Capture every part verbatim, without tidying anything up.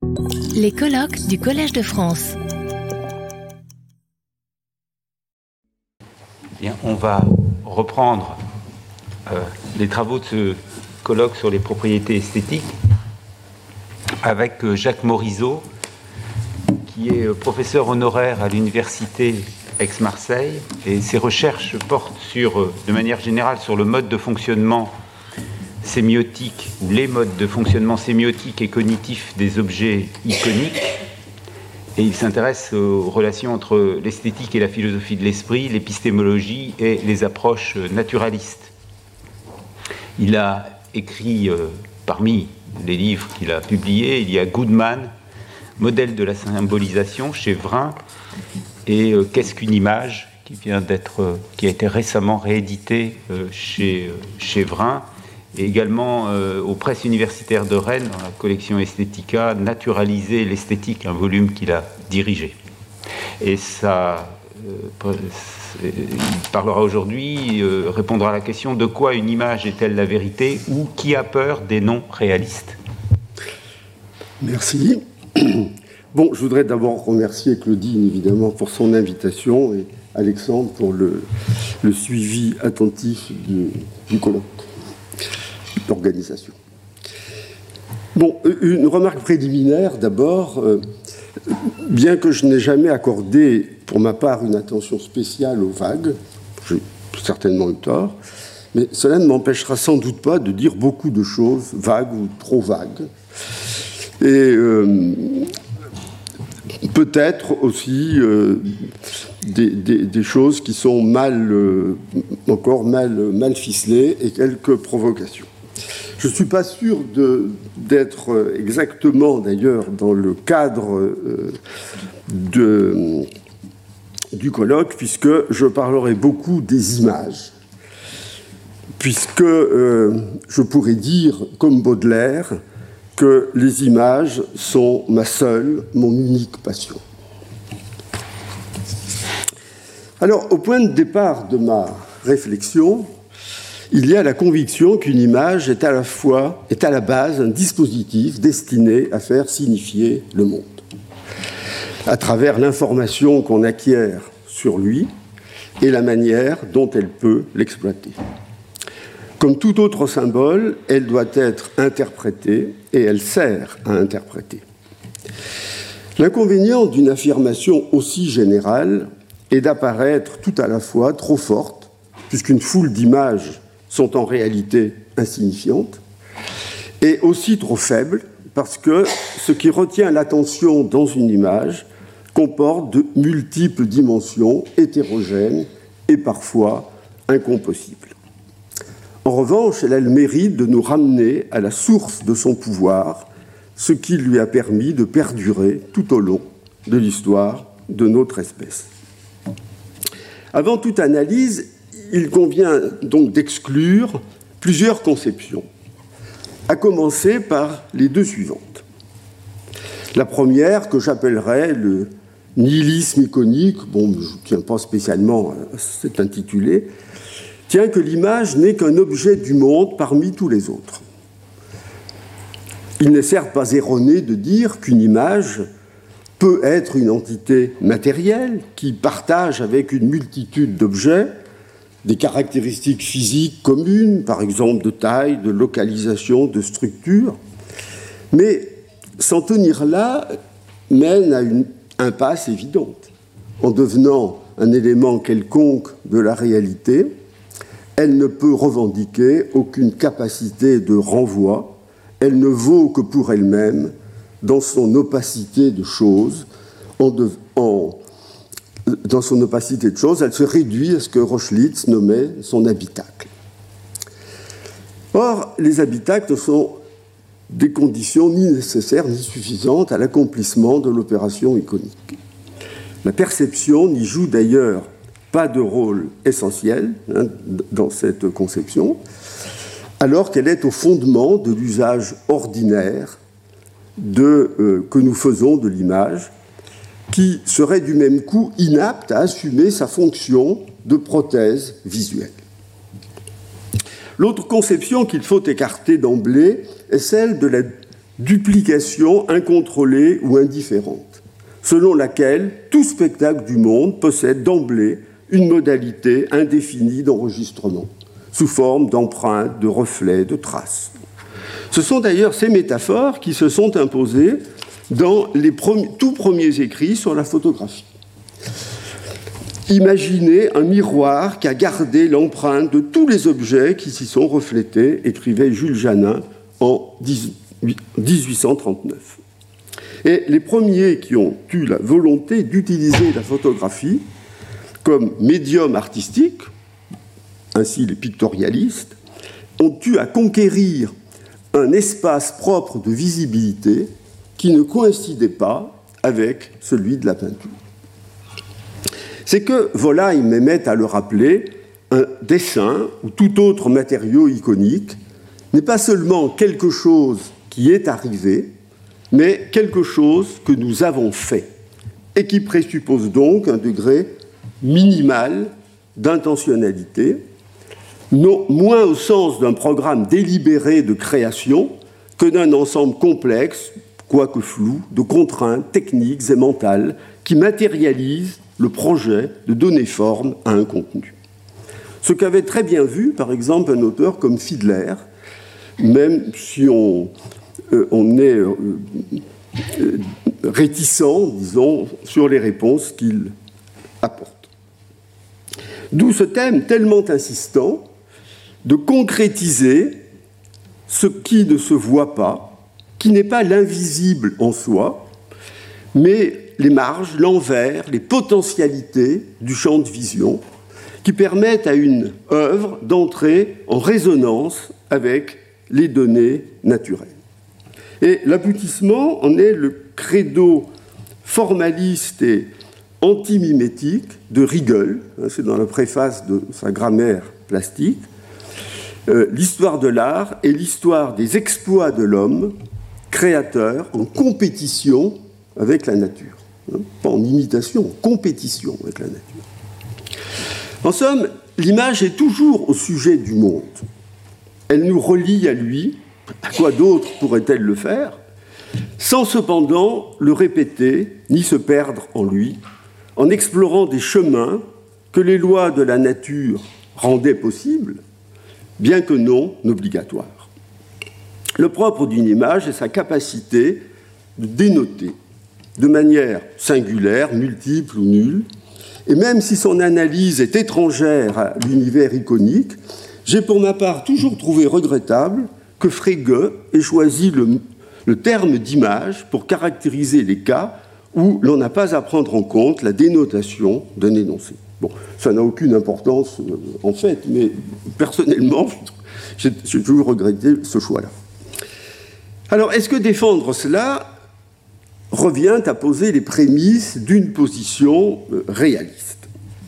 Les colloques du Collège de France. Bien, on va reprendre euh, les travaux de ce colloque sur les propriétés esthétiques avec euh, Jacques Morisot, qui est euh, professeur honoraire à l'université Aix-Marseille, et ses recherches portent sur, euh, de manière générale sur le mode de fonctionnement sémiotique, ou les modes de fonctionnement sémiotique et cognitif des objets iconiques. Et il s'intéresse aux relations entre l'esthétique et la philosophie de l'esprit, l'épistémologie et les approches naturalistes. Il a écrit, euh, parmi les livres qu'il a publiés, il y a Goodman, Modèle de la symbolisation, chez Vrin, et euh, Qu'est-ce qu'une image, qui, vient d'être, euh, qui a été récemment réédité euh, chez, euh, chez Vrin, et également euh, aux presses universitaires de Rennes, dans la collection Estetica, Naturaliser l'esthétique, un volume qu'il a dirigé. Et ça, euh, il parlera aujourd'hui, euh, répondra à la question: de quoi une image est-elle la vérité, ou qui a peur des noms réalistes? Merci. Bon, je voudrais d'abord remercier Claudine, évidemment, pour son invitation, et Alexandre pour le, le suivi attentif du, du colloque d'organisation. Bon, une remarque préliminaire d'abord. Euh, bien que je n'ai jamais accordé, pour ma part, une attention spéciale aux vagues, j'ai certainement eu tort, mais cela ne m'empêchera sans doute pas de dire beaucoup de choses vagues ou trop vagues. Et euh, peut-être aussi euh, des, des, des choses qui sont mal, euh, encore mal, mal ficelées, et quelques provocations. Je ne suis pas sûr de, d'être exactement, d'ailleurs, dans le cadre euh, de, du colloque, puisque je parlerai beaucoup des images, puisque euh, je pourrais dire, comme Baudelaire, que les images sont ma seule, mon unique passion. Alors, au point de départ de ma réflexion, il y a la conviction qu'une image est à la fois, est à la base un dispositif destiné à faire signifier le monde, à travers l'information qu'on acquiert sur lui et la manière dont elle peut l'exploiter. Comme tout autre symbole, elle doit être interprétée et elle sert à interpréter. L'inconvénient d'une affirmation aussi générale est d'apparaître tout à la fois trop forte, puisqu'une foule d'images sont en réalité insignifiantes, et aussi trop faibles, parce que ce qui retient l'attention dans une image comporte de multiples dimensions hétérogènes et parfois incompossibles. En revanche, elle a le mérite de nous ramener à la source de son pouvoir, ce qui lui a permis de perdurer tout au long de l'histoire de notre espèce. Avant toute analyse, il convient donc d'exclure plusieurs conceptions, à commencer par les deux suivantes. La première, que j'appellerais le nihilisme iconique, bon, je ne tiens pas spécialement à cet intitulé, tient que l'image n'est qu'un objet du monde parmi tous les autres. Il n'est certes pas erroné de dire qu'une image peut être une entité matérielle qui partage avec une multitude d'objets des caractéristiques physiques communes, par exemple de taille, de localisation, de structure, mais s'en tenir là mène à une impasse évidente. En devenant un élément quelconque de la réalité, elle ne peut revendiquer aucune capacité de renvoi, elle ne vaut que pour elle-même, dans son opacité de choses, en, de, en dans son opacité de choses, elle se réduit à ce que Rochlitz nommait son habitacle. Or, les habitacles sont des conditions ni nécessaires ni suffisantes à l'accomplissement de l'opération iconique. La perception n'y joue d'ailleurs pas de rôle essentiel hein, dans cette conception, alors qu'elle est au fondement de l'usage ordinaire de, euh, que nous faisons de l'image, qui serait du même coup inapte à assumer sa fonction de prothèse visuelle. L'autre conception qu'il faut écarter d'emblée est celle de la duplication incontrôlée ou indifférente, selon laquelle tout spectacle du monde possède d'emblée une modalité indéfinie d'enregistrement, sous forme d'empreintes, de reflets, de traces. Ce sont d'ailleurs ces métaphores qui se sont imposées dans les premiers, tout premiers écrits sur la photographie. Imaginez un miroir qui a gardé l'empreinte de tous les objets qui s'y sont reflétés, écrivait Jules Janin en dix-huit cent trente-neuf. Et les premiers qui ont eu la volonté d'utiliser la photographie comme médium artistique, ainsi les pictorialistes, ont eu à conquérir un espace propre de visibilité qui ne coïncidait pas avec celui de la peinture. C'est que Wollheim aimait à le rappeler, un dessin ou tout autre matériau iconique n'est pas seulement quelque chose qui est arrivé, mais quelque chose que nous avons fait et qui présuppose donc un degré minimal d'intentionnalité, non, moins au sens d'un programme délibéré de création que d'un ensemble complexe, quoique flou, de contraintes techniques et mentales qui matérialisent le projet de donner forme à un contenu. Ce qu'avait très bien vu, par exemple, un auteur comme Fiedler, même si on, euh, on est euh, euh, réticent, disons, sur les réponses qu'il apporte. D'où ce thème tellement insistant de concrétiser ce qui ne se voit pas, qui n'est pas l'invisible en soi, mais les marges, l'envers, les potentialités du champ de vision qui permettent à une œuvre d'entrer en résonance avec les données naturelles. Et l'aboutissement en est le credo formaliste et antimimétique de Riegel, c'est dans la préface de sa grammaire plastique, euh, l'histoire de l'art est l'histoire des exploits de l'homme, créateur, en compétition avec la nature. Pas en imitation, en compétition avec la nature. En somme, l'image est toujours au sujet du monde. Elle nous relie à lui, à quoi d'autre pourrait-elle le faire, sans cependant le répéter ni se perdre en lui, en explorant des chemins que les lois de la nature rendaient possibles, bien que non obligatoires. Le propre d'une image est sa capacité de dénoter, de manière singulière, multiple ou nulle, et même si son analyse est étrangère à l'univers iconique, j'ai pour ma part toujours trouvé regrettable que Frege ait choisi le, le terme d'image pour caractériser les cas où l'on n'a pas à prendre en compte la dénotation d'un énoncé. Bon, ça n'a aucune importance euh, en fait, mais personnellement, j'ai, j'ai toujours regretté ce choix-là. Alors, est-ce que défendre cela revient à poser les prémices d'une position euh, réaliste?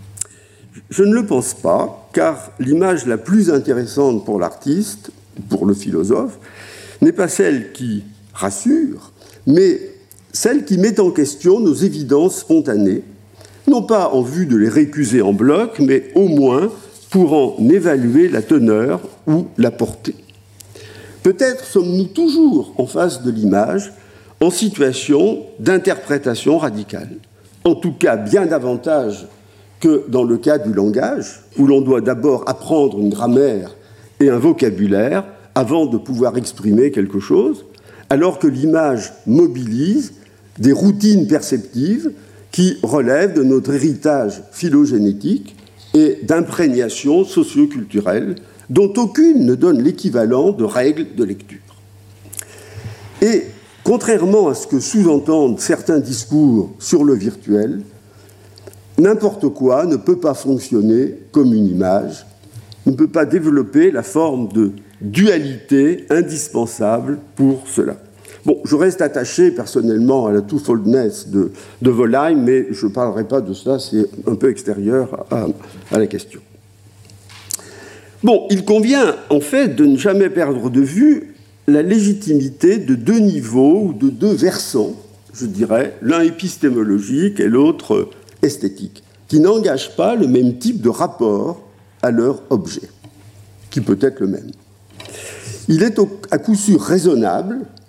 Je ne le pense pas, car l'image la plus intéressante pour l'artiste, pour le philosophe, n'est pas celle qui rassure, mais celle qui met en question nos évidences spontanées, non pas en vue de les récuser en bloc, mais au moins pour en évaluer la teneur ou la portée. Peut-être sommes-nous toujours en face de l'image en situation d'interprétation radicale. En tout cas, bien davantage que dans le cas du langage, où l'on doit d'abord apprendre une grammaire et un vocabulaire avant de pouvoir exprimer quelque chose, alors que l'image mobilise des routines perceptives qui relèvent de notre héritage phylogénétique et d'imprégnation socio-culturelle dont aucune ne donne l'équivalent de règles de lecture. Et contrairement à ce que sous-entendent certains discours sur le virtuel, n'importe quoi ne peut pas fonctionner comme une image, ne peut pas développer la forme de dualité indispensable pour cela. Bon, je reste attaché personnellement à la twofoldness de, de Wollheim, mais je ne parlerai pas de ça, c'est un peu extérieur à, à la question. Bon, il convient en fait de ne jamais perdre de vue la légitimité de deux niveaux ou de deux versants, je dirais, l'un épistémologique et l'autre esthétique, qui n'engagent pas le même type de rapport à leur objet, qui peut être le même. Il est à coup sûr raisonnable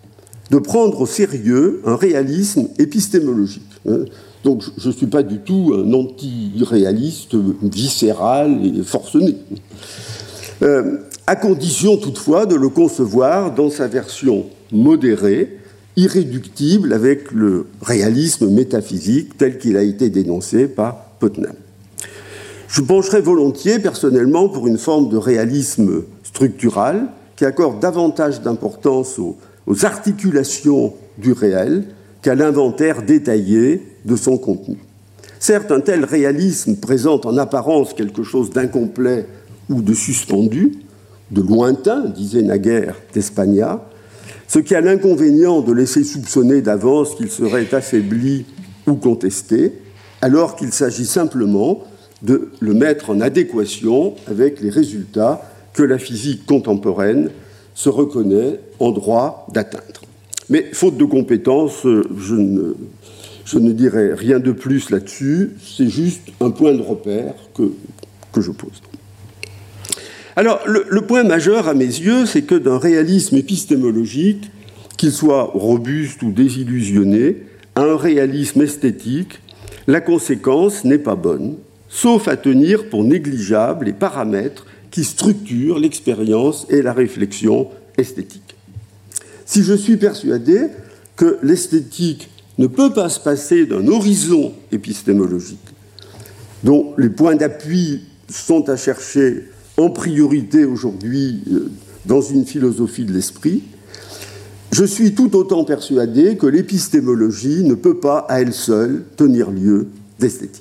de prendre au sérieux un réalisme épistémologique. Donc je ne suis pas du tout un anti-réaliste viscéral et forcené, euh, à condition toutefois de le concevoir dans sa version modérée, irréductible avec le réalisme métaphysique tel qu'il a été dénoncé par Putnam. Je pencherai volontiers personnellement pour une forme de réalisme structural qui accorde davantage d'importance aux, aux articulations du réel qu'à l'inventaire détaillé de son contenu. Certes, un tel réalisme présente en apparence quelque chose d'incomplet ou de suspendu, de lointain, disait naguère d'Espagna, ce qui a l'inconvénient de laisser soupçonner d'avance qu'il serait affaibli ou contesté, alors qu'il s'agit simplement de le mettre en adéquation avec les résultats que la physique contemporaine se reconnaît en droit d'atteindre. Mais faute de compétences, je ne, je ne dirai rien de plus là-dessus, c'est juste un point de repère que, que je pose. Alors, le, le point majeur à mes yeux, c'est que d'un réalisme épistémologique, qu'il soit robuste ou désillusionné, à un réalisme esthétique, la conséquence n'est pas bonne, sauf à tenir pour négligeables les paramètres qui structurent l'expérience et la réflexion esthétique. Si je suis persuadé que l'esthétique ne peut pas se passer d'un horizon épistémologique, dont les points d'appui sont à chercher en priorité aujourd'hui dans une philosophie de l'esprit, je suis tout autant persuadé que l'épistémologie ne peut pas à elle seule tenir lieu d'esthétique.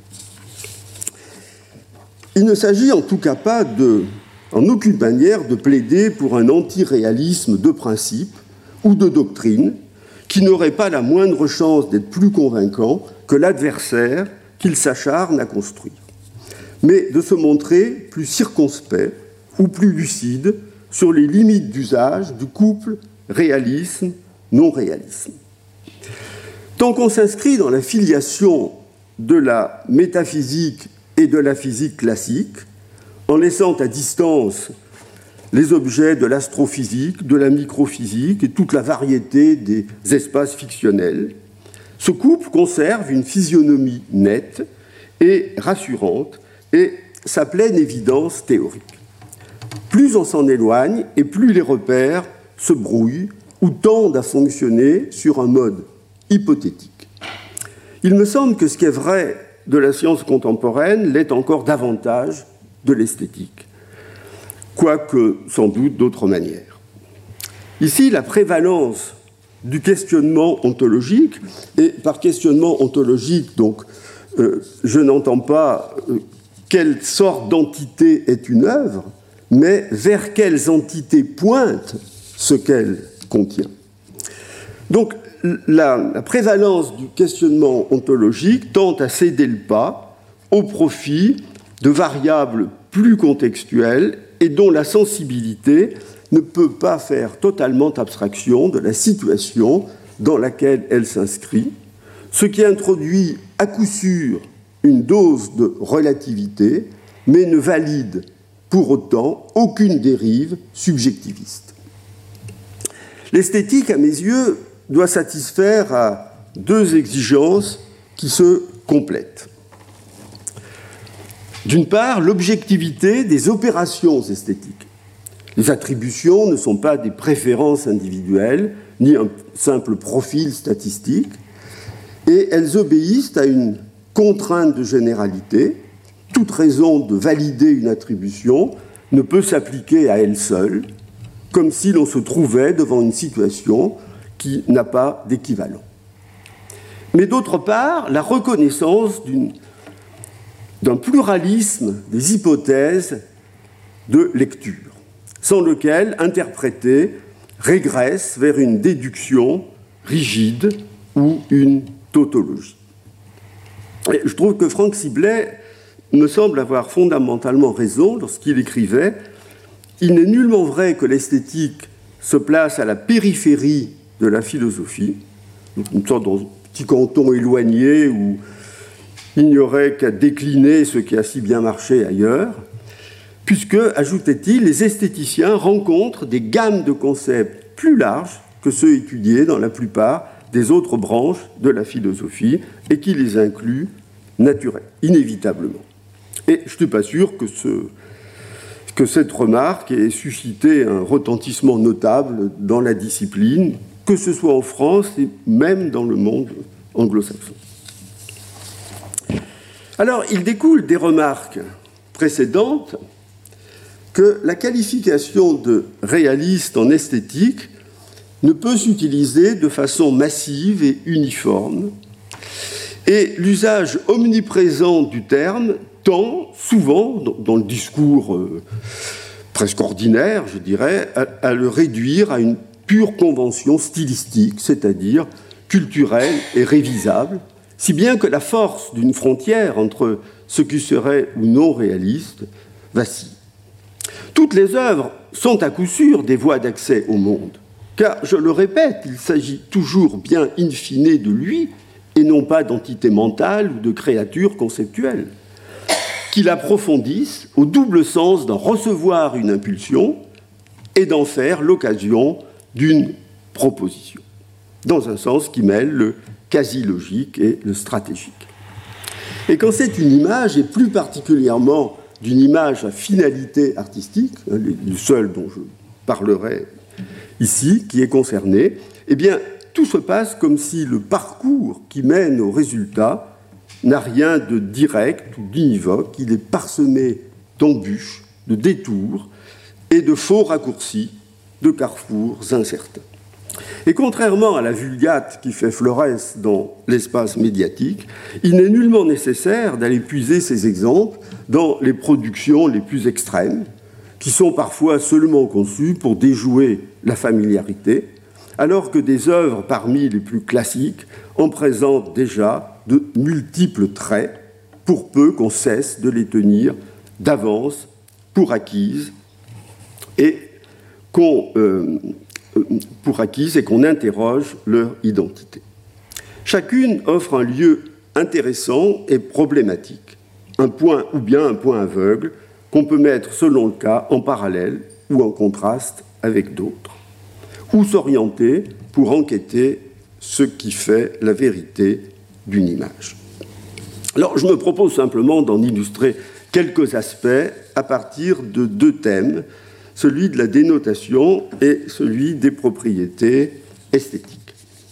Il ne s'agit en tout cas pas de, en aucune manière de plaider pour un antiréalisme de principe ou de doctrine qui n'aurait pas la moindre chance d'être plus convaincant que l'adversaire qu'il s'acharne à construire, mais de se montrer plus circonspect ou plus lucide sur les limites d'usage du couple réalisme-non-réalisme. Tant qu'on s'inscrit dans la filiation de la métaphysique et de la physique classique, en laissant à distance les objets de l'astrophysique, de la microphysique et toute la variété des espaces fictionnels, ce couple conserve une physionomie nette et rassurante et sa pleine évidence théorique. Plus on s'en éloigne et plus les repères se brouillent ou tendent à fonctionner sur un mode hypothétique. Il me semble que ce qui est vrai de la science contemporaine l'est encore davantage de l'esthétique, quoique sans doute d'autres manières. Ici, la prévalence du questionnement ontologique, et par questionnement ontologique, donc, euh, je n'entends pas euh, quelle sorte d'entité est une œuvre, mais vers quelles entités pointe ce qu'elle contient. Donc, la, la prévalence du questionnement ontologique tend à céder le pas au profit de variables plus contextuelles et dont la sensibilité ne peut pas faire totalement abstraction de la situation dans laquelle elle s'inscrit, ce qui introduit à coup sûr une dose de relativité, mais ne valide pour autant aucune dérive subjectiviste. L'esthétique, à mes yeux, doit satisfaire à deux exigences qui se complètent. D'une part, l'objectivité des opérations esthétiques. Les attributions ne sont pas des préférences individuelles, ni un simple profil statistique, et elles obéissent à une contrainte de généralité. Toute raison de valider une attribution ne peut s'appliquer à elle seule, comme si l'on se trouvait devant une situation qui n'a pas d'équivalent. Mais d'autre part, la reconnaissance d'une, d'un pluralisme des hypothèses de lecture, sans lequel interpréter régresse vers une déduction rigide ou une tautologie. Et je trouve que Frank Sibley me semble avoir fondamentalement raison lorsqu'il écrivait « Il n'est nullement vrai que l'esthétique se place à la périphérie de la philosophie, une sorte de petit canton éloigné où il n'y aurait qu'à décliner ce qui a si bien marché ailleurs, puisque, ajoutait-il, les esthéticiens rencontrent des gammes de concepts plus larges que ceux étudiés dans la plupart des autres branches de la philosophie et qui les incluent naturellement, inévitablement. Et je ne suis pas sûr que, ce, que cette remarque ait suscité un retentissement notable dans la discipline, que ce soit en France et même dans le monde anglo-saxon. Alors, il découle des remarques précédentes que la qualification de réaliste en esthétique ne peut s'utiliser de façon massive et uniforme, et l'usage omniprésent du terme tend souvent, dans le discours euh, presque ordinaire, je dirais, à, à le réduire à une pure convention stylistique, c'est-à-dire culturelle et révisable, si bien que la force d'une frontière entre ce qui serait ou non réaliste vacille. Toutes les œuvres sont à coup sûr des voies d'accès au monde, car, je le répète, il s'agit toujours bien in fine de lui, et non pas d'entités mentales ou de créatures conceptuelles, qui l'approfondissent au double sens d'en recevoir une impulsion et d'en faire l'occasion d'une proposition, dans un sens qui mêle le quasi-logique et le stratégique. Et quand c'est une image, et plus particulièrement d'une image à finalité artistique, le seul dont je parlerai ici, qui est concerné, eh bien, tout se passe comme si le parcours qui mène au résultat n'a rien de direct ou d'univoque, il est parsemé d'embûches, de détours et de faux raccourcis, de carrefours incertains. Et contrairement à la vulgate qui fait florès dans l'espace médiatique, il n'est nullement nécessaire d'aller puiser ces exemples dans les productions les plus extrêmes, qui sont parfois seulement conçues pour déjouer la familiarité, alors que des œuvres parmi les plus classiques en présentent déjà de multiples traits, pour peu qu'on cesse de les tenir d'avance pour acquises et qu'on euh, pour acquises et qu'on interroge leur identité. Chacune offre un lieu intéressant et problématique, un point ou bien un point aveugle qu'on peut mettre selon le cas en parallèle ou en contraste avec d'autres, ou s'orienter pour enquêter ce qui fait la vérité d'une image. Alors, je me propose simplement d'en illustrer quelques aspects à partir de deux thèmes, celui de la dénotation et celui des propriétés esthétiques.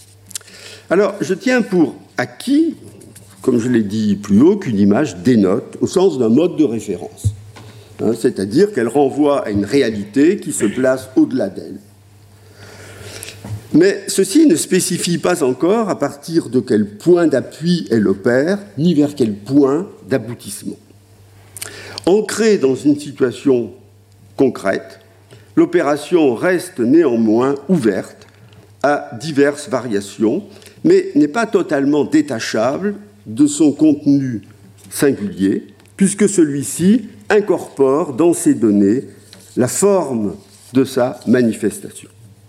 Alors, je tiens pour acquis, comme je l'ai dit plus haut, qu'une image dénote au sens d'un mode de référence, hein, c'est-à-dire qu'elle renvoie à une réalité qui se place au-delà d'elle. Mais ceci ne spécifie pas encore à partir de quel point d'appui elle opère, ni vers quel point d'aboutissement. Ancrée dans une situation concrète, l'opération reste néanmoins ouverte à diverses variations, mais n'est pas totalement détachable de son contenu singulier, puisque celui-ci incorpore dans ses données la forme de sa manifestation.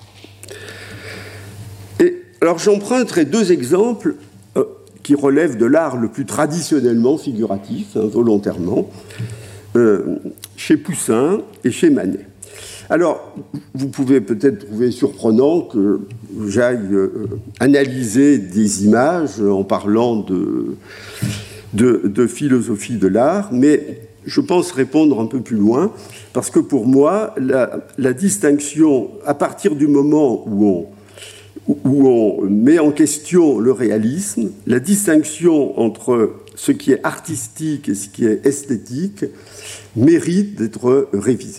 Et alors j'emprunterai deux exemples euh, qui relèvent de l'art le plus traditionnellement figuratif, hein, volontairement, euh, chez Poussin et chez Manet. Alors, vous pouvez peut-être trouver surprenant que j'aille euh, analyser des images en parlant de, de, de philosophie de l'art, mais je pense répondre un peu plus loin, parce que pour moi, la, la distinction, à partir du moment où on, où on met en question le réalisme, la distinction entre ce qui est artistique et ce qui est esthétique mérite d'être révisée.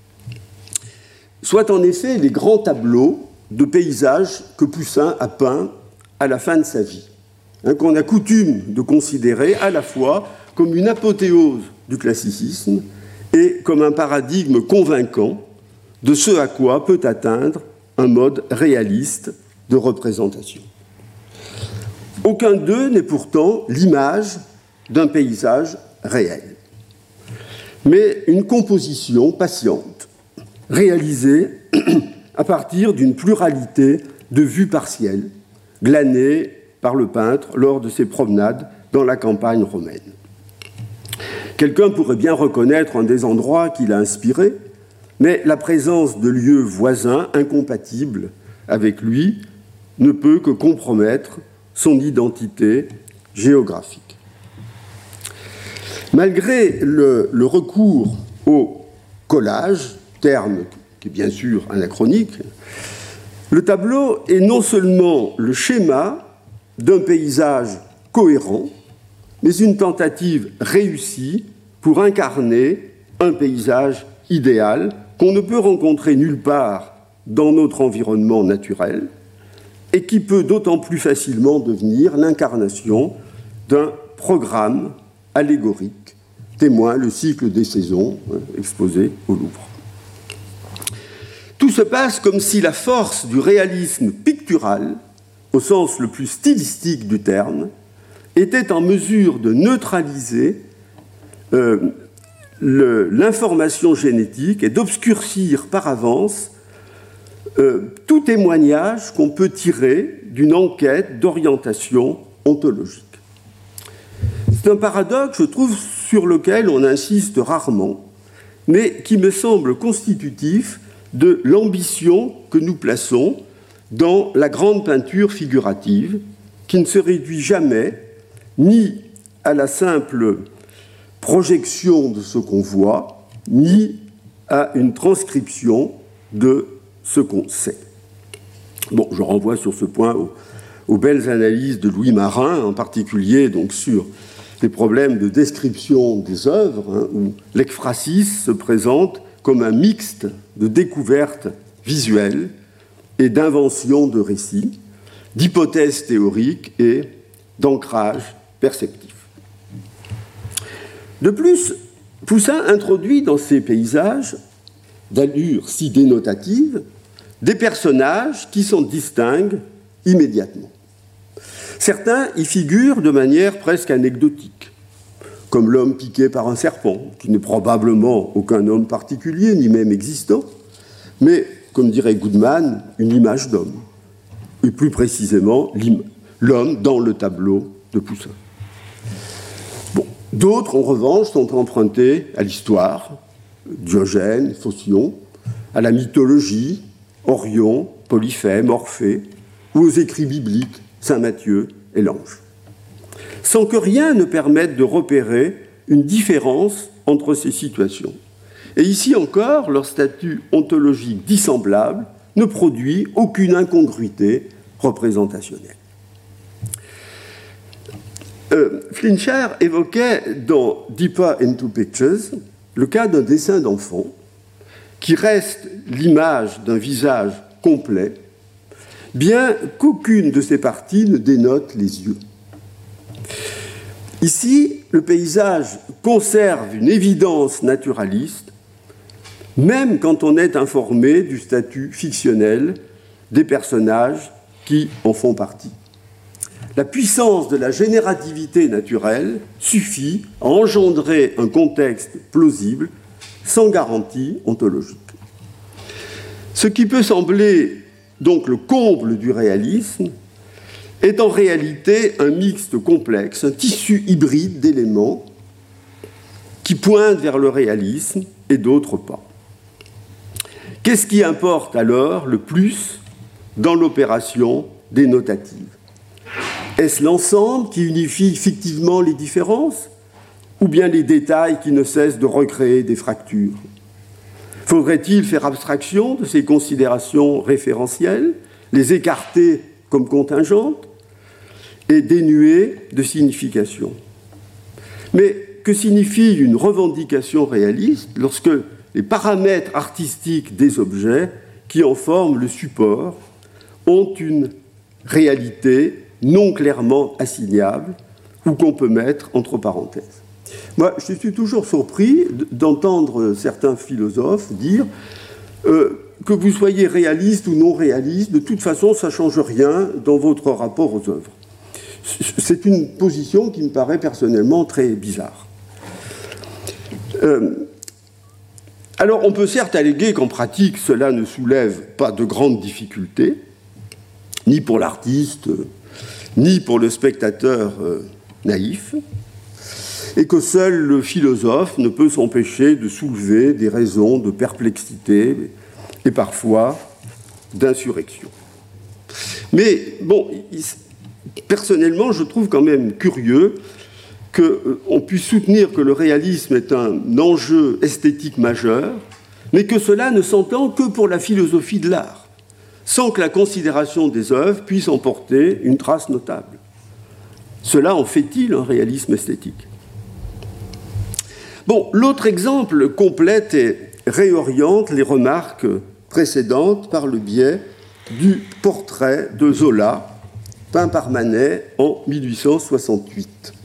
Soit en effet les grands tableaux de paysages que Poussin a peints à la fin de sa vie, hein, qu'on a coutume de considérer à la fois comme une apothéose du classicisme et comme un paradigme convaincant de ce à quoi peut atteindre un mode réaliste de représentation. Aucun d'eux n'est pourtant l'image d'un paysage réel, mais une composition patiente, réalisée à partir d'une pluralité de vues partielles, glanées par le peintre lors de ses promenades dans la campagne romaine. Quelqu'un pourrait bien reconnaître un des endroits qui l'a inspiré, mais la présence de lieux voisins incompatibles avec lui ne peut que compromettre son identité géographique. Malgré le, le recours au collage, terme qui est bien sûr anachronique, le tableau est non seulement le schéma d'un paysage cohérent, mais une tentative réussie pour incarner un paysage idéal qu'on ne peut rencontrer nulle part dans notre environnement naturel et qui peut d'autant plus facilement devenir l'incarnation d'un programme allégorique, témoin le cycle des saisons hein, exposé au Louvre. Tout se passe comme si la force du réalisme pictural, au sens le plus stylistique du terme, était en mesure de neutraliser euh, le, l'information génétique et d'obscurcir par avance euh, tout témoignage qu'on peut tirer d'une enquête d'orientation ontologique. C'est un paradoxe, je trouve, sur lequel on insiste rarement, mais qui me semble constitutif de l'ambition que nous plaçons dans la grande peinture figurative, qui ne se réduit jamais ni à la simple projection de ce qu'on voit, ni à une transcription de ce qu'on sait. Bon, je renvoie sur ce point aux, aux belles analyses de Louis Marin, en particulier donc sur les problèmes de description des œuvres, hein, où l'ekphrasis se présente comme un mixte de découvertes visuelles et d'invention de récits, d'hypothèses théoriques et d'ancrage perceptif. De plus, Poussin introduit dans ces paysages, d'allure si dénotative, des personnages qui s'en distinguent immédiatement. Certains y figurent de manière presque anecdotique, comme l'homme piqué par un serpent, qui n'est probablement aucun homme particulier, ni même existant, mais, comme dirait Goodman, une image d'homme, et plus précisément l'homme dans le tableau de Poussin. Bon. D'autres, en revanche, sont empruntés à l'histoire, Diogène, Phocion, à la mythologie, Orion, Polyphème, Orphée, ou aux écrits bibliques, Saint Matthieu et l'Ange, sans que rien ne permette de repérer une différence entre ces situations. Et ici encore, leur statut ontologique dissemblable ne produit aucune incongruité représentationnelle. Euh, Flincher évoquait dans Deeper into Pictures le cas d'un dessin d'enfant qui reste l'image d'un visage complet, bien qu'aucune de ses parties ne dénote les yeux. Ici, le paysage conserve une évidence naturaliste, même quand on est informé du statut fictionnel des personnages qui en font partie. La puissance de la générativité naturelle suffit à engendrer un contexte plausible sans garantie ontologique. Ce qui peut sembler donc le comble du réalisme est en réalité un mixte complexe, un tissu hybride d'éléments qui pointent vers le réalisme et d'autres pas. Qu'est-ce qui importe alors le plus dans l'opération dénotative ? Est-ce l'ensemble qui unifie fictivement les différences, ou bien les détails qui ne cessent de recréer des fractures ? Faudrait-il faire abstraction de ces considérations référentielles, les écarter comme contingentes et dénuées de signification ? Mais que signifie une revendication réaliste lorsque les paramètres artistiques des objets qui en forment le support ont une réalité non clairement assignable ou qu'on peut mettre entre parenthèses ? Moi, je suis toujours surpris d'entendre certains philosophes dire euh, que vous soyez réaliste ou non réaliste, de toute façon, ça ne change rien dans votre rapport aux œuvres. C'est une position qui me paraît personnellement très bizarre. Euh, alors, on peut certes alléguer qu'en pratique, cela ne soulève pas de grandes difficultés, ni pour l'artiste, ni pour le spectateur euh, naïf, et que seul le philosophe ne peut s'empêcher de soulever des raisons de perplexité et parfois d'insurrection. Mais, bon, personnellement, je trouve quand même curieux qu'on puisse soutenir que le réalisme est un enjeu esthétique majeur, mais que cela ne s'entend que pour la philosophie de l'art, sans que la considération des œuvres puisse en porter une trace notable. Cela en fait-il un réalisme esthétique? Bon, l'autre exemple complète et réoriente les remarques précédentes par le biais du portrait de Zola, peint par Manet en mille huit cent soixante-huit.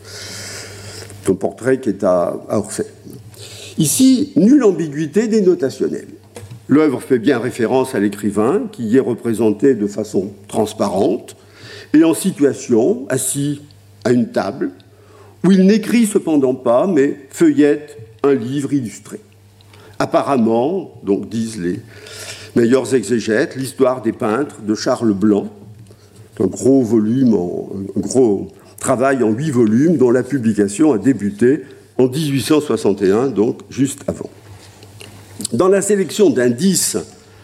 Un portrait qui est à, à Orsay. Ici, nulle ambiguïté dénotationnelle. L'œuvre fait bien référence à l'écrivain, qui y est représenté de façon transparente et en situation, assis à une table, où il n'écrit cependant pas, mais feuillette un livre illustré. Apparemment, donc disent les meilleurs exégètes, l'histoire des peintres de Charles Blanc, un gros volume, en, un gros travail en huit volumes, dont la publication a débuté en mille huit cent soixante et un, donc juste avant. Dans la sélection d'indices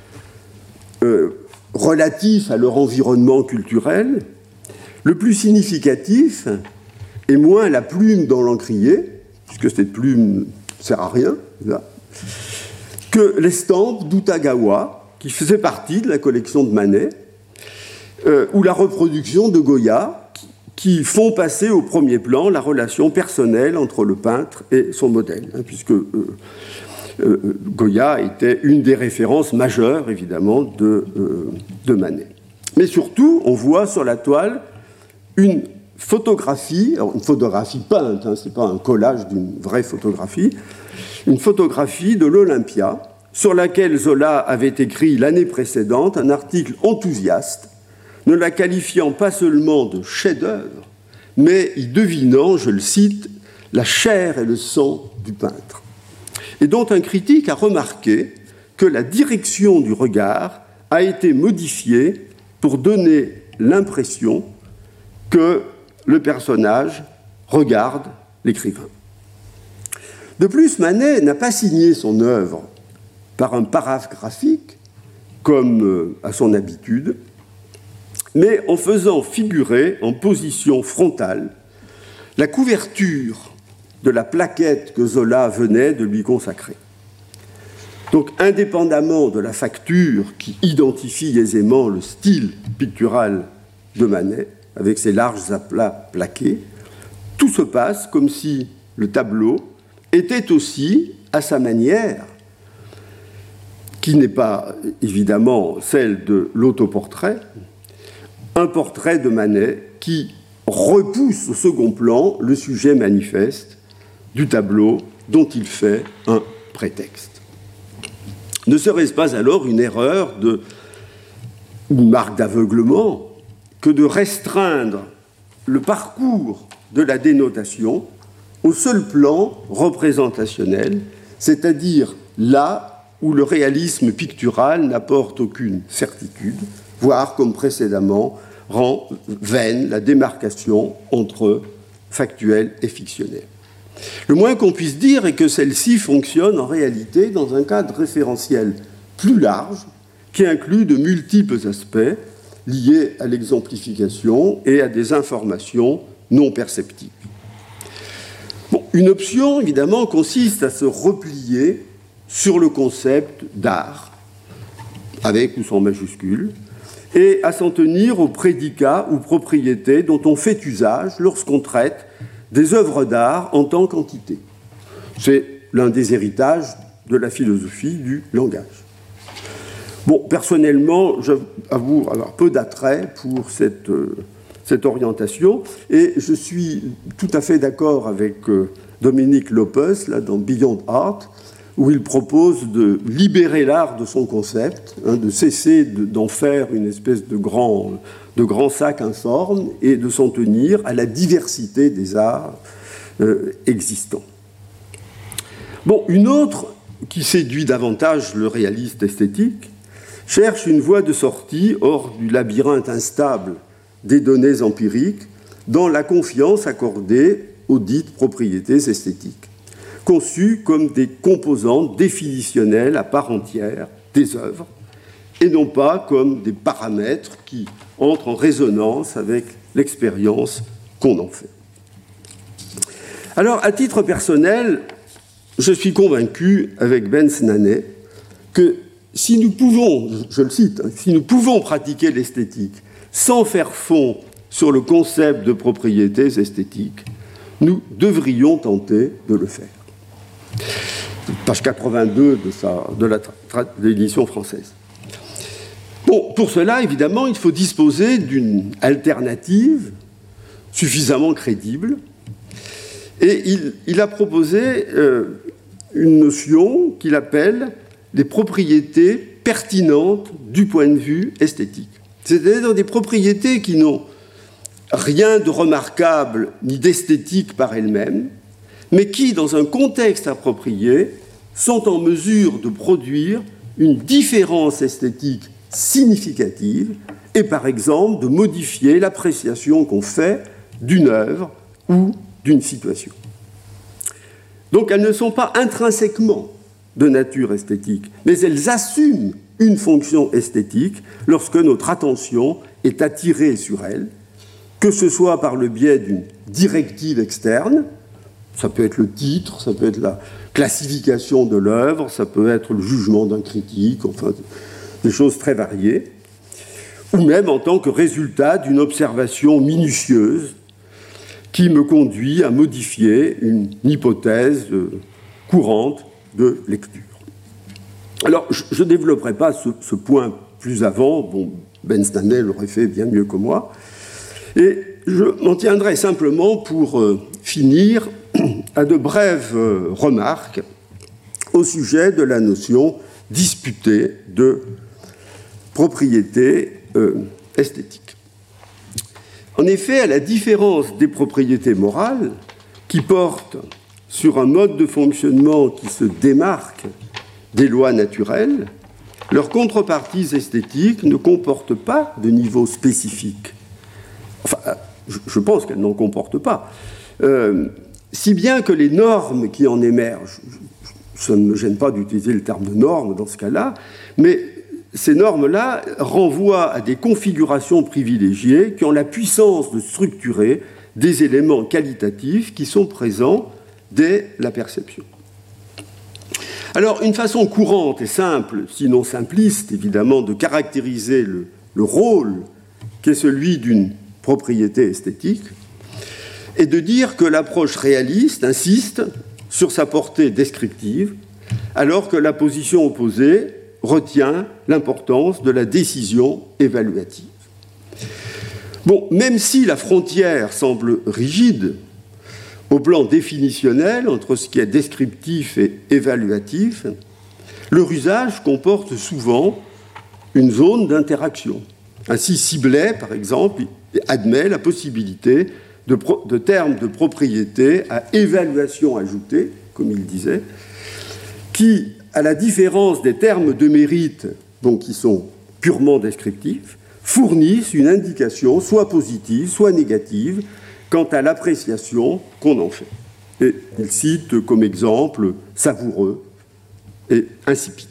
euh, relatifs à leur environnement culturel, le plus significatif est moins la plume dans l'encrier, puisque cette plume ne sert à rien, là, que l'estampe d'Utagawa, qui faisait partie de la collection de Manet, euh, ou la reproduction de Goya, qui, qui font passer au premier plan la relation personnelle entre le peintre et son modèle, hein, puisque euh, euh, Goya était une des références majeures, évidemment, de, euh, de Manet. Mais surtout, on voit sur la toile une photographie, alors une photographie peinte, hein, ce n'est pas un collage d'une vraie photographie, une photographie de l'Olympia, sur laquelle Zola avait écrit l'année précédente un article enthousiaste, ne la qualifiant pas seulement de chef-d'œuvre, mais y devinant, je le cite, la chair et le sang du peintre. Et dont un critique a remarqué que la direction du regard a été modifiée pour donner l'impression que le personnage regarde l'écrivain. De plus, Manet n'a pas signé son œuvre par un paraphe graphique, comme à son habitude, mais en faisant figurer en position frontale la couverture de la plaquette que Zola venait de lui consacrer. Donc, indépendamment de la facture qui identifie aisément le style pictural de Manet, avec ses larges aplats plaqués, tout se passe comme si le tableau était aussi, à sa manière, qui n'est pas évidemment celle de l'autoportrait, un portrait de Manet qui repousse au second plan le sujet manifeste du tableau dont il fait un prétexte. Ne serait-ce pas alors une erreur, de, une marque d'aveuglement, que de restreindre le parcours de la dénotation au seul plan représentationnel, c'est-à-dire là où le réalisme pictural n'apporte aucune certitude, voire, comme précédemment, rend vaine la démarcation entre factuel et fictionnel. Le moins qu'on puisse dire est que celle-ci fonctionne en réalité dans un cadre référentiel plus large qui inclut de multiples aspects liés à l'exemplification et à des informations non perceptibles. Bon, une option, évidemment, consiste à se replier sur le concept d'art, avec ou sans majuscule, et à s'en tenir aux prédicats ou propriétés dont on fait usage lorsqu'on traite des œuvres d'art en tant qu'entité. C'est l'un des héritages de la philosophie du langage. Bon, personnellement, j'avoue avoir peu d'attrait pour cette, euh, cette orientation, et je suis tout à fait d'accord avec euh, Dominique Lopez, là, dans Beyond Art, où il propose de libérer l'art de son concept, hein, de cesser de, d'en faire une espèce de grand, de grand sac informe et de s'en tenir à la diversité des arts euh, existants. Bon, une autre qui séduit davantage le réaliste esthétique cherche une voie de sortie hors du labyrinthe instable des données empiriques dans la confiance accordée aux dites propriétés esthétiques, conçues comme des composantes définitionnelles à part entière des œuvres et non pas comme des paramètres qui entrent en résonance avec l'expérience qu'on en fait. Alors, à titre personnel, je suis convaincu, avec Ben Snaney, que si nous pouvons, je le cite, hein, si nous pouvons pratiquer l'esthétique sans faire fond sur le concept de propriétés esthétiques, nous devrions tenter de le faire. Page quatre-vingt-deux de, sa, de, la, de l'édition française. Bon, pour cela, évidemment, il faut disposer d'une alternative suffisamment crédible. Et il, il a proposé euh, une notion qu'il appelle les propriétés pertinentes du point de vue esthétique. C'est-à-dire des propriétés qui n'ont rien de remarquable ni d'esthétique par elles-mêmes, mais qui, dans un contexte approprié, sont en mesure de produire une différence esthétique significative et, par exemple, de modifier l'appréciation qu'on fait d'une œuvre ou d'une situation. Donc, elles ne sont pas intrinsèquement de nature esthétique, mais elles assument une fonction esthétique lorsque notre attention est attirée sur elles, que ce soit par le biais d'une directive externe, ça peut être le titre, ça peut être la classification de l'œuvre, ça peut être le jugement d'un critique, enfin, des choses très variées, ou même en tant que résultat d'une observation minutieuse qui me conduit à modifier une hypothèse courante de lecture. Alors, je ne développerai pas ce, ce point plus avant, bon, Ben Snaney l'aurait fait bien mieux que moi, et je m'en tiendrai simplement pour euh, finir à de brèves euh, remarques au sujet de la notion disputée de propriété euh, esthétique. En effet, à la différence des propriétés morales, qui portent sur un mode de fonctionnement qui se démarque des lois naturelles, leurs contreparties esthétiques ne comportent pas de niveau spécifique. Enfin, je pense qu'elles n'en comportent pas. Euh, si bien que les normes qui en émergent, ça ne me gêne pas d'utiliser le terme de normes dans ce cas-là, mais ces normes-là renvoient à des configurations privilégiées qui ont la puissance de structurer des éléments qualitatifs qui sont présents dès la perception. Alors, une façon courante et simple, sinon simpliste, évidemment, de caractériser le, le rôle qui est celui d'une propriété esthétique est de dire que l'approche réaliste insiste sur sa portée descriptive, alors que la position opposée retient l'importance de la décision évaluative. Bon, même si la frontière semble rigide au plan définitionnel entre ce qui est descriptif et évaluatif, leur usage comporte souvent une zone d'interaction. Ainsi, Sibley, par exemple, admet la possibilité de, pro- de termes de propriété à évaluation ajoutée, comme il disait, qui, à la différence des termes de mérite, donc qui sont purement descriptifs, fournissent une indication soit positive, soit négative, quant à l'appréciation qu'on en fait. Et il cite comme exemple savoureux et insipide.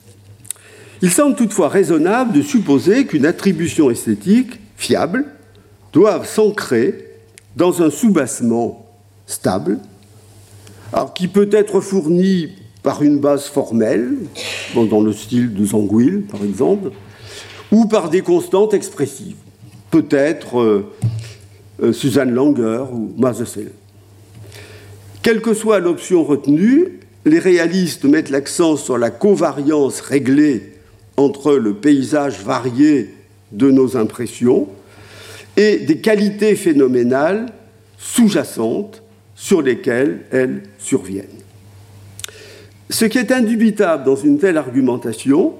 Il semble toutefois raisonnable de supposer qu'une attribution esthétique fiable doive s'ancrer dans un soubassement stable, alors qui peut être fourni par une base formelle, dans le style de Zangwill, par exemple, ou par des constantes expressives, peut-être euh, euh, Suzanne Langer ou Mazesel. Quelle que soit l'option retenue, les réalistes mettent l'accent sur la covariance réglée entre le paysage varié de nos impressions et des qualités phénoménales sous-jacentes sur lesquelles elles surviennent. Ce qui est indubitable dans une telle argumentation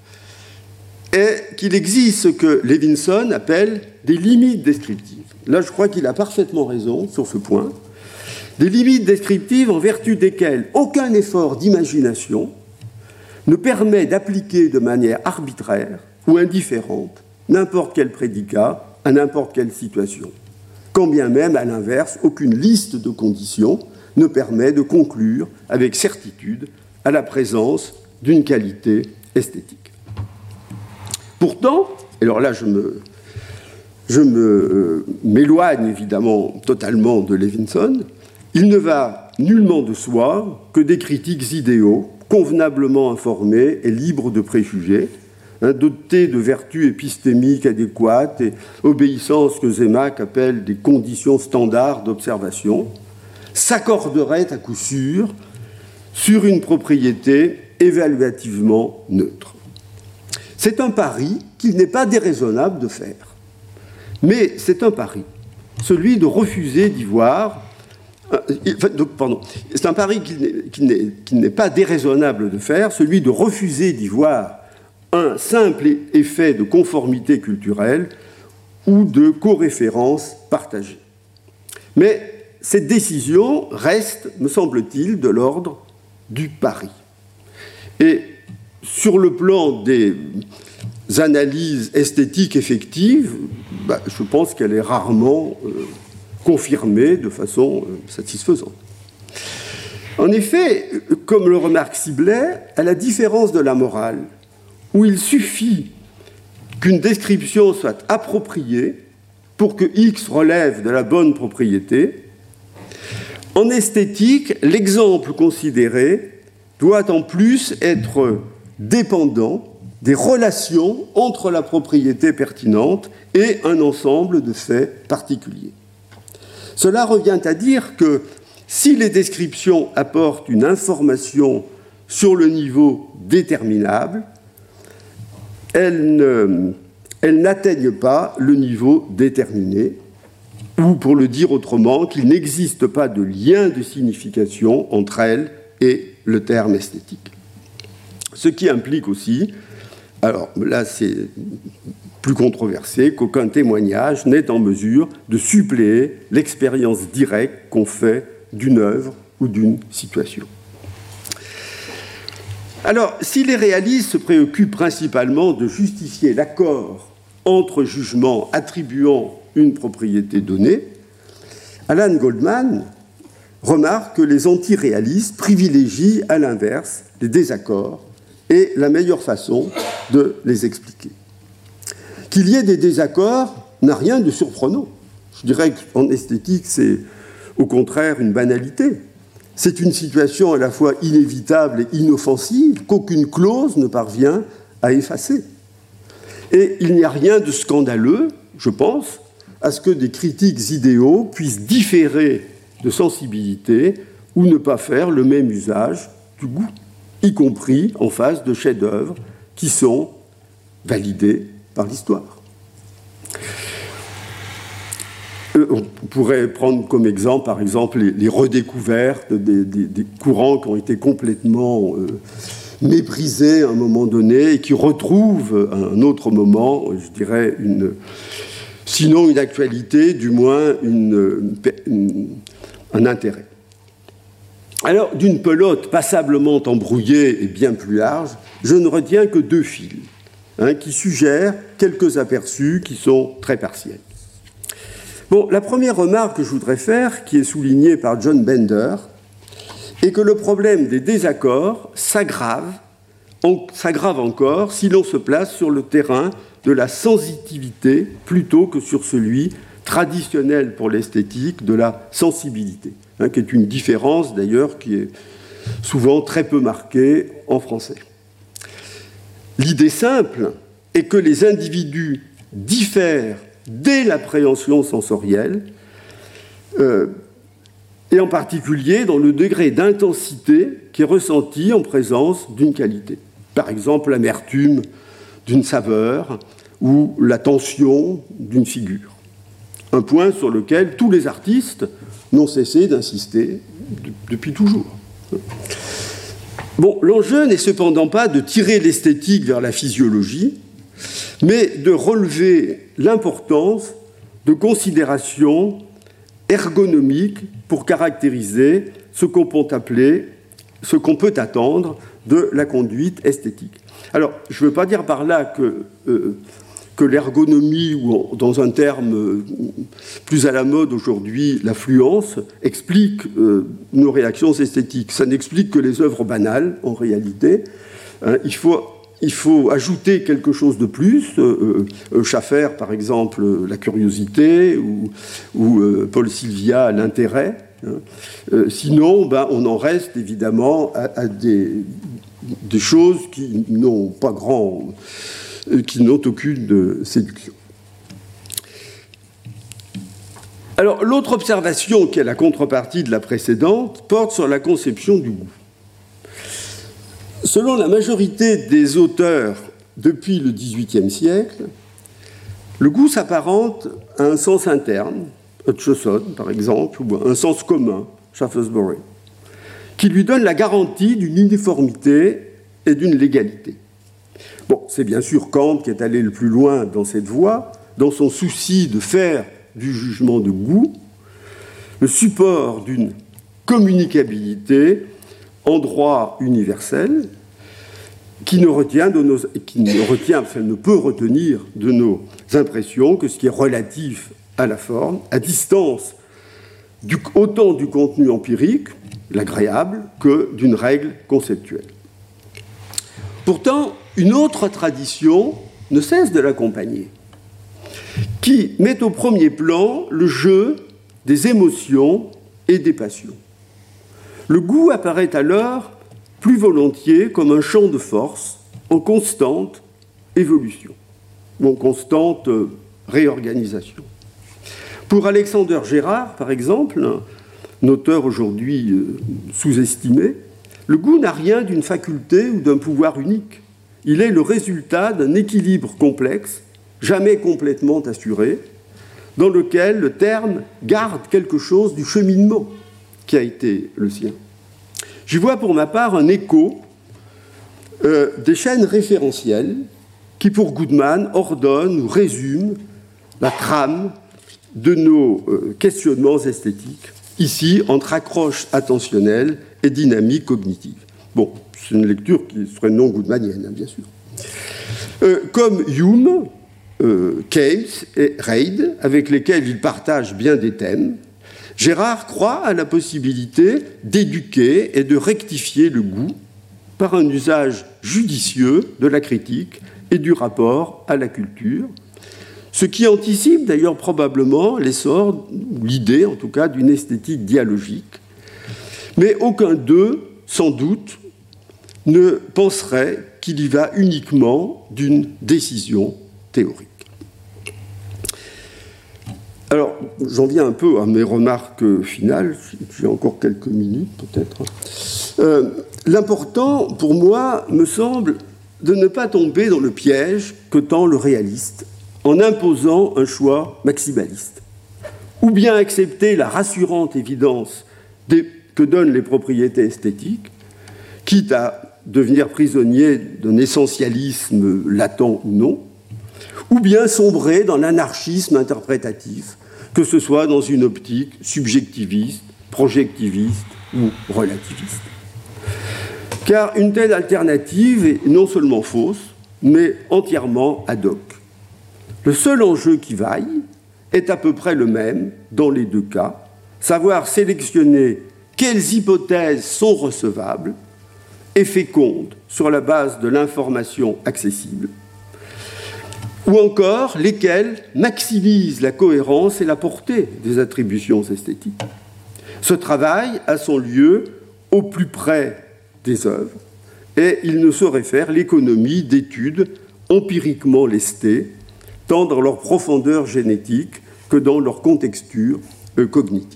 est qu'il existe ce que Levinson appelle des limites descriptives. Là, je crois qu'il a parfaitement raison sur ce point. Des limites descriptives en vertu desquelles aucun effort d'imagination ne permet d'appliquer de manière arbitraire ou indifférente n'importe quel prédicat à n'importe quelle situation. Quand bien même, à l'inverse, aucune liste de conditions ne permet de conclure avec certitude à la présence d'une qualité esthétique. Pourtant, et alors là je me, je me, euh, m'éloigne évidemment totalement de Levinson, il ne va nullement de soi que des critiques idéaux, convenablement informés et libres de préjugés, hein, dotés de vertus épistémiques adéquates et obéissant à ce que Zemach appelle des conditions standards d'observation, s'accorderaient à coup sûr sur une propriété évaluativement neutre. C'est un pari qu'il n'est pas déraisonnable de faire. Mais c'est un pari, celui de refuser d'y voir... Euh, donc, pardon, c'est un pari qu'il n'est, qu'il n'est, qu'il n'est pas déraisonnable de faire, celui de refuser d'y voir un simple effet de conformité culturelle ou de coréférence partagée. Mais cette décision reste, me semble-t-il, de l'ordre du pari. Et sur le plan des analyses esthétiques effectives, bah, je pense qu'elle est rarement euh, confirmée de façon euh, satisfaisante. En effet, comme le remarque Sibley, à la différence de la morale, où il suffit qu'une description soit appropriée pour que X relève de la bonne propriété, en esthétique, l'exemple considéré doit en plus être dépendant des relations entre la propriété pertinente et un ensemble de faits particuliers. Cela revient à dire que si les descriptions apportent une information sur le niveau déterminable, elles, ne, elles n'atteignent pas le niveau déterminé, ou pour le dire autrement, qu'il n'existe pas de lien de signification entre elles et le terme esthétique. Ce qui implique aussi, alors là c'est plus controversé, qu'aucun témoignage n'est en mesure de suppléer l'expérience directe qu'on fait d'une œuvre ou d'une situation. Alors, si les réalistes se préoccupent principalement de justifier l'accord entre jugements attribuant une propriété donnée, Alan Goldman remarque que les antiréalistes privilégient à l'inverse les désaccords et la meilleure façon de les expliquer. Qu'il y ait des désaccords n'a rien de surprenant. Je dirais qu'en esthétique, c'est au contraire une banalité. C'est une situation à la fois inévitable et inoffensive qu'aucune clause ne parvient à effacer. Et il n'y a rien de scandaleux, je pense, à ce que des critiques idéaux puissent différer de sensibilité ou ne pas faire le même usage du goût, y compris en face de chefs-d'œuvre qui sont validés par l'histoire. On pourrait prendre comme exemple, par exemple, les, les redécouvertes des, des, des courants qui ont été complètement euh, méprisés à un moment donné et qui retrouvent à un autre moment, je dirais, une, sinon une actualité, du moins une, une, un intérêt. Alors, d'une pelote passablement embrouillée et bien plus large, je ne retiens que deux fils hein, qui suggèrent quelques aperçus qui sont très partiels. Bon, la première remarque que je voudrais faire, qui est soulignée par John Bender, est que le problème des désaccords s'aggrave, en, s'aggrave encore si l'on se place sur le terrain de la sensitivité plutôt que sur celui traditionnel pour l'esthétique de la sensibilité, hein, qui est une différence d'ailleurs qui est souvent très peu marquée en français. L'idée simple est que les individus diffèrent dès l'appréhension sensorielle, euh, et en particulier dans le degré d'intensité qui est ressenti en présence d'une qualité. Par exemple, l'amertume d'une saveur ou la tension d'une figure. Un point sur lequel tous les artistes n'ont cessé d'insister de, depuis toujours. Bon, l'enjeu n'est cependant pas de tirer l'esthétique vers la physiologie, mais de relever l'importance de considérations ergonomiques pour caractériser ce qu'on peut appeler, ce qu'on peut attendre de la conduite esthétique. Alors, je ne veux pas dire par là que, euh, que l'ergonomie, ou dans un terme plus à la mode aujourd'hui, l'affluence, explique euh, nos réactions esthétiques. Ça n'explique que les œuvres banales, en réalité. Hein, il faut il faut ajouter quelque chose de plus. Euh, euh, Schaffer, par exemple, la curiosité, ou, ou euh, Paul Sylvia, l'intérêt. Hein. Euh, sinon, ben, on en reste évidemment à, à des, des choses qui n'ont pas grand, euh, qui n'ont aucune de séduction. Alors, l'autre observation, qui est la contrepartie de la précédente, porte sur la conception du goût. Selon la majorité des auteurs depuis le dix-huitième siècle, le goût s'apparente à un sens interne, Hutcheson par exemple, ou à un sens commun, Shaftesbury, qui lui donne la garantie d'une uniformité et d'une légalité. Bon, c'est bien sûr Kant qui est allé le plus loin dans cette voie, dans son souci de faire du jugement de goût le support d'une communicabilité en droit universel qui ne retient, de nos, qui ne retient, enfin, ne peut retenir de nos impressions que ce qui est relatif à la forme, à distance du, autant du contenu empirique, l'agréable, que d'une règle conceptuelle. Pourtant, une autre tradition ne cesse de l'accompagner, qui met au premier plan le jeu des émotions et des passions. Le goût apparaît alors plus volontiers comme un champ de force en constante évolution, ou en constante réorganisation. Pour Alexander Gérard, par exemple, un auteur aujourd'hui sous-estimé, le goût n'a rien d'une faculté ou d'un pouvoir unique. Il est le résultat d'un équilibre complexe, jamais complètement assuré, dans lequel le terme garde quelque chose du cheminement qui a été le sien. J'y vois pour ma part un écho euh, des chaînes référentielles qui, pour Goodman, ordonnent ou résument la trame de nos euh, questionnements esthétiques, ici entre accroche attentionnelle et dynamique cognitive. Bon, c'est une lecture qui serait non goodmanienne, hein, bien sûr. Euh, comme Hume, euh, Keynes et Reid, avec lesquels il partage bien des thèmes, Gérard croit à la possibilité d'éduquer et de rectifier le goût par un usage judicieux de la critique et du rapport à la culture, ce qui anticipe d'ailleurs probablement l'essor, ou l'idée en tout cas, d'une esthétique dialogique. Mais aucun d'eux, sans doute, ne penserait qu'il y va uniquement d'une décision théorique. Alors, j'en viens un peu à mes remarques finales, j'ai encore quelques minutes peut-être. Euh, l'important, pour moi, me semble de ne pas tomber dans le piège que tend le réaliste, en imposant un choix maximaliste. Ou bien accepter la rassurante évidence des, que donnent les propriétés esthétiques, quitte à devenir prisonnier d'un essentialisme latent ou non, ou bien sombrer dans l'anarchisme interprétatif, que ce soit dans une optique subjectiviste, projectiviste ou relativiste. Car une telle alternative est non seulement fausse, mais entièrement ad hoc. Le seul enjeu qui vaille est à peu près le même dans les deux cas, savoir sélectionner quelles hypothèses sont recevables et fécondes sur la base de l'information accessible, ou encore lesquelles maximisent la cohérence et la portée des attributions esthétiques. Ce travail a son lieu au plus près des œuvres, et il ne saurait faire l'économie d'études empiriquement lestées, tant dans leur profondeur génétique que dans leur contexture cognitive.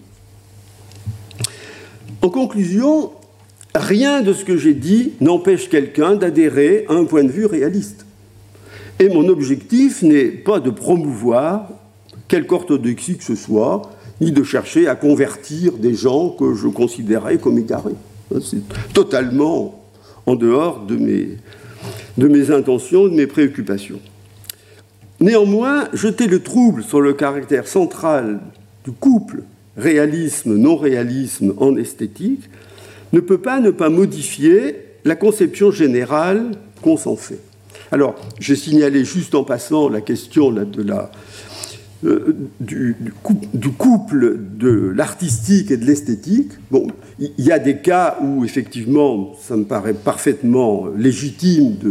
En conclusion, rien de ce que j'ai dit n'empêche quelqu'un d'adhérer à un point de vue réaliste. Et mon objectif n'est pas de promouvoir quelque orthodoxie que ce soit, ni de chercher à convertir des gens que je considérais comme égarés. C'est totalement en dehors de mes, de mes intentions, de mes préoccupations. Néanmoins, jeter le trouble sur le caractère central du couple réalisme-non-réalisme en esthétique ne peut pas ne pas modifier la conception générale qu'on s'en fait. Alors, j'ai signalé juste en passant la question là, de la, euh, du, du, couple, du couple de l'artistique et de l'esthétique. Bon, il y a des cas où, effectivement, ça me paraît parfaitement légitime de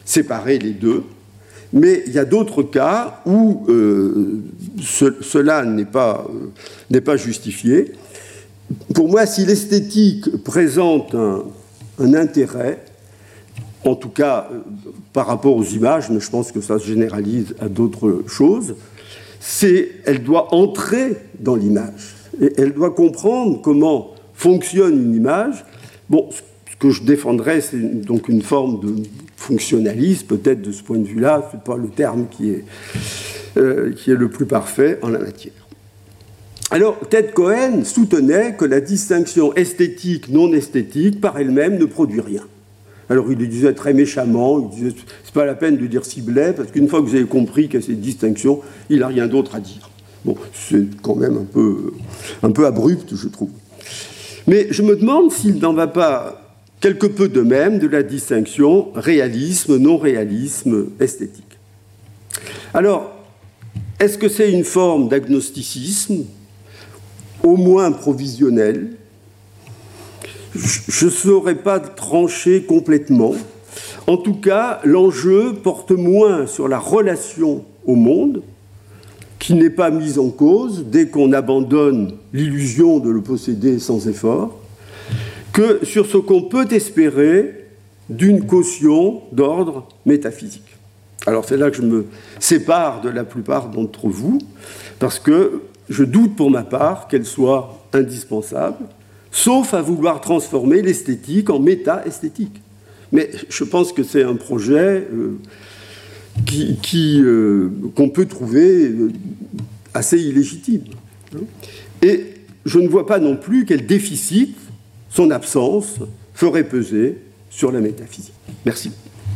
séparer les deux. Mais il y a d'autres cas où euh, ce, cela n'est pas, euh, n'est pas justifié. Pour moi, si l'esthétique présente un, un intérêt, en tout cas euh, par rapport aux images, mais je pense que ça se généralise à d'autres choses, c'est elle doit entrer dans l'image. Et elle doit comprendre comment fonctionne une image. Bon, ce que je défendrais, c'est donc une forme de fonctionnalisme, peut-être de ce point de vue-là, ce n'est pas le terme qui est, euh, qui est le plus parfait en la matière. Alors, Ted Cohen soutenait que la distinction esthétique-non esthétique, par elle-même, ne produit rien. Alors, il le disait très méchamment, il disait, c'est pas la peine de dire ciblé, parce qu'une fois que vous avez compris qu'il y a cette distinction, il n'a rien d'autre à dire. Bon, c'est quand même un peu, un peu abrupt, je trouve. Mais je me demande s'il n'en va pas quelque peu de même de la distinction réalisme, non-réalisme, esthétique. Alors, est-ce que c'est une forme d'agnosticisme, au moins provisionnelle? Je ne saurais pas trancher complètement. En tout cas, l'enjeu porte moins sur la relation au monde, qui n'est pas mise en cause dès qu'on abandonne l'illusion de le posséder sans effort, que sur ce qu'on peut espérer d'une caution d'ordre métaphysique. Alors c'est là que je me sépare de la plupart d'entre vous, parce que je doute pour ma part qu'elle soit indispensable, sauf à vouloir transformer l'esthétique en méta-esthétique. Mais je pense que c'est un projet euh, qui, qui, euh, qu'on peut trouver assez illégitime. Et je ne vois pas non plus quel déficit son absence ferait peser sur la métaphysique. Merci.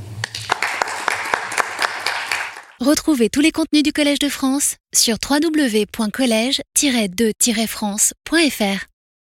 Retrouvez tous les contenus du Collège de France sur w w w point collège tiret de tiret france point f r.